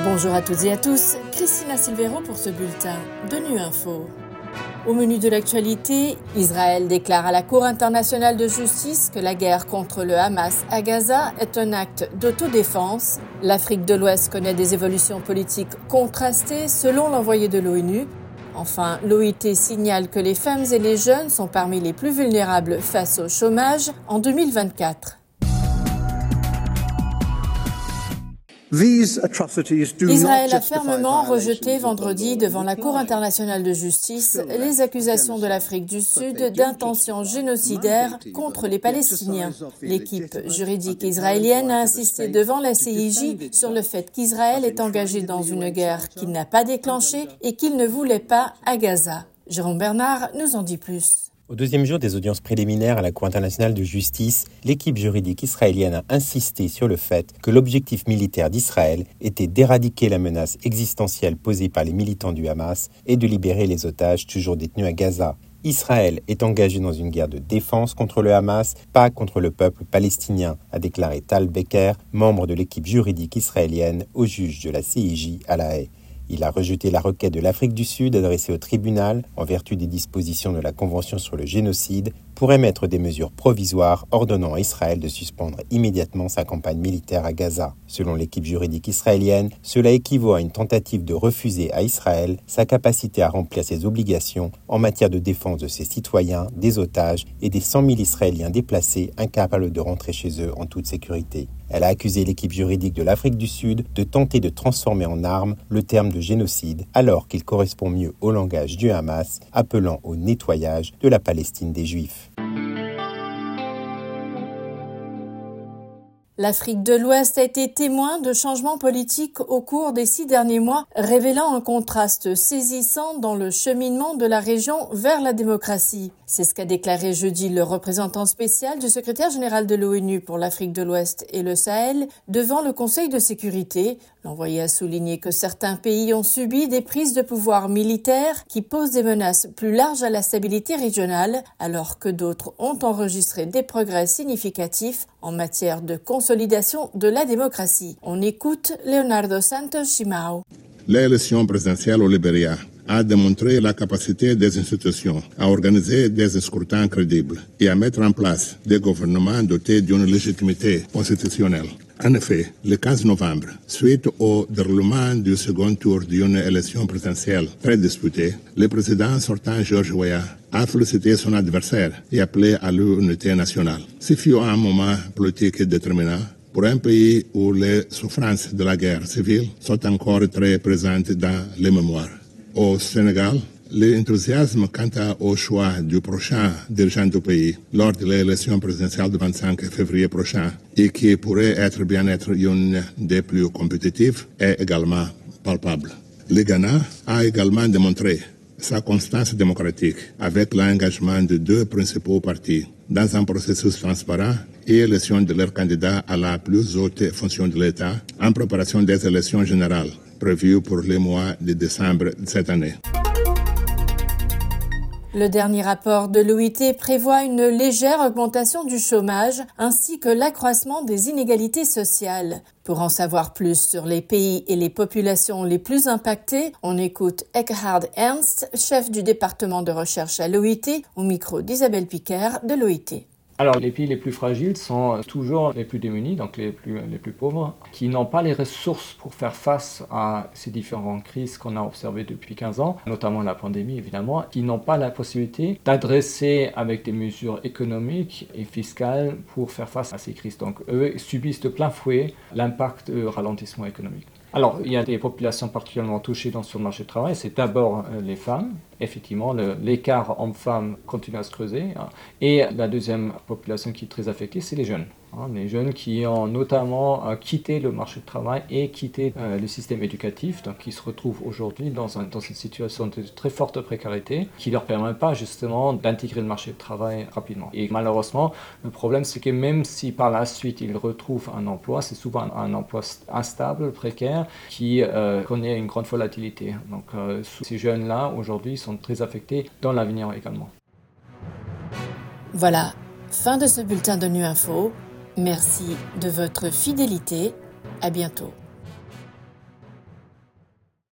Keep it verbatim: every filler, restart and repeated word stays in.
Bonjour à toutes et à tous, Christina Silvero pour ce bulletin de Nu Info. Au menu de l'actualité, Israël déclare à la Cour internationale de justice que la guerre contre le Hamas à Gaza est un acte d'autodéfense. L'Afrique de l'Ouest connaît des évolutions politiques contrastées selon l'envoyé de l'ONU. Enfin, l'O I T signale que les femmes et les jeunes sont parmi les plus vulnérables face au chômage en deux mille vingt-quatre. Israël a fermement rejeté vendredi devant la Cour internationale de justice les accusations de l'Afrique du Sud d'intention génocidaire contre les Palestiniens. L'équipe juridique israélienne a insisté devant la C I J sur le fait qu'Israël est engagé dans une guerre qu'il n'a pas déclenchée et qu'il ne voulait pas à Gaza. Jérôme Bernard nous en dit plus. Au deuxième jour des audiences préliminaires à la Cour internationale de justice, l'équipe juridique israélienne a insisté sur le fait que l'objectif militaire d'Israël était d'éradiquer la menace existentielle posée par les militants du Hamas et de libérer les otages toujours détenus à Gaza. Israël est engagé dans une guerre de défense contre le Hamas, pas contre le peuple palestinien, a déclaré Tal Becker, membre de l'équipe juridique israélienne, au juge de la C I J à La Haye. Il a rejeté la requête de l'Afrique du Sud adressée au tribunal en vertu des dispositions de la Convention sur le génocide pour émettre des mesures provisoires ordonnant à Israël de suspendre immédiatement sa campagne militaire à Gaza. Selon l'équipe juridique israélienne, cela équivaut à une tentative de refuser à Israël sa capacité à remplir ses obligations en matière de défense de ses citoyens, des otages et des cent mille Israéliens déplacés incapables de rentrer chez eux en toute sécurité. Elle a accusé l'équipe juridique de l'Afrique du Sud de tenter de transformer en arme le terme de génocide alors qu'il correspond mieux au langage du Hamas, appelant au nettoyage de la Palestine des Juifs. L'Afrique de l'Ouest a été témoin de changements politiques au cours des six derniers mois, révélant un contraste saisissant dans le cheminement de la région vers la démocratie. C'est ce qu'a déclaré jeudi le représentant spécial du secrétaire général de l'ONU pour l'Afrique de l'Ouest et le Sahel devant le Conseil de sécurité. L'envoyé a souligné que certains pays ont subi des prises de pouvoir militaires qui posent des menaces plus larges à la stabilité régionale, alors que d'autres ont enregistré des progrès significatifs en matière de consolidation de la démocratie. On écoute Leonardo Santos Simão. L'élection présidentielle au Libéria a démontré la capacité des institutions à organiser des scrutins crédibles et à mettre en place des gouvernements dotés d'une légitimité constitutionnelle. En effet, le quinze novembre, suite au déroulement du second tour d'une élection présidentielle très disputée, le président sortant George Weah a félicité son adversaire et appelé à l'unité nationale. Ce fut un moment politique déterminant pour un pays où les souffrances de la guerre civile sont encore très présentes dans les mémoires. Au Sénégal, l'enthousiasme quant au choix du prochain dirigeant du pays lors de l'élection présidentielle du vingt-cinq février prochain et qui pourrait être bien être une des plus compétitives est également palpable. Le Ghana a également démontré sa constance démocratique avec l'engagement de deux principaux partis dans un processus transparent et élection de leurs candidats à la plus haute fonction de l'État en préparation des élections générales prévues pour les mois de décembre de cette année. Le dernier rapport de l'O I T prévoit une légère augmentation du chômage ainsi que l'accroissement des inégalités sociales. Pour en savoir plus sur les pays et les populations les plus impactées, on écoute Eckhard Ernst, chef du département de recherche à l'O I T, au micro d'Isabelle Picard de l'O I T. Alors, les pays les plus fragiles sont toujours les plus démunis, donc les plus, les plus pauvres, qui n'ont pas les ressources pour faire face à ces différentes crises qu'on a observées depuis quinze ans, notamment la pandémie évidemment, qui n'ont pas la possibilité d'adresser avec des mesures économiques et fiscales pour faire face à ces crises. Donc, eux subissent de plein fouet l'impact du ralentissement économique. Alors, il y a des populations particulièrement touchées dans, sur le marché du travail. C'est d'abord euh, les femmes. Effectivement, le, l'écart homme-femme continue à se creuser. Hein. Et la deuxième population qui est très affectée, c'est les jeunes. Hein, les jeunes qui ont notamment euh, quitté le marché du travail et quitté euh, le système éducatif, donc qui se retrouvent aujourd'hui dans, un, dans une situation de très forte précarité qui ne leur permet pas justement d'intégrer le marché du travail rapidement. Et malheureusement, le problème, c'est que même si par la suite ils retrouvent un emploi, c'est souvent un, un emploi instable, précaire, qui euh, connaît une grande volatilité. Donc euh, ces jeunes-là, aujourd'hui, sont très affectés dans l'avenir également. Voilà, fin de ce bulletin de Nu Info. Merci de votre fidélité. À bientôt.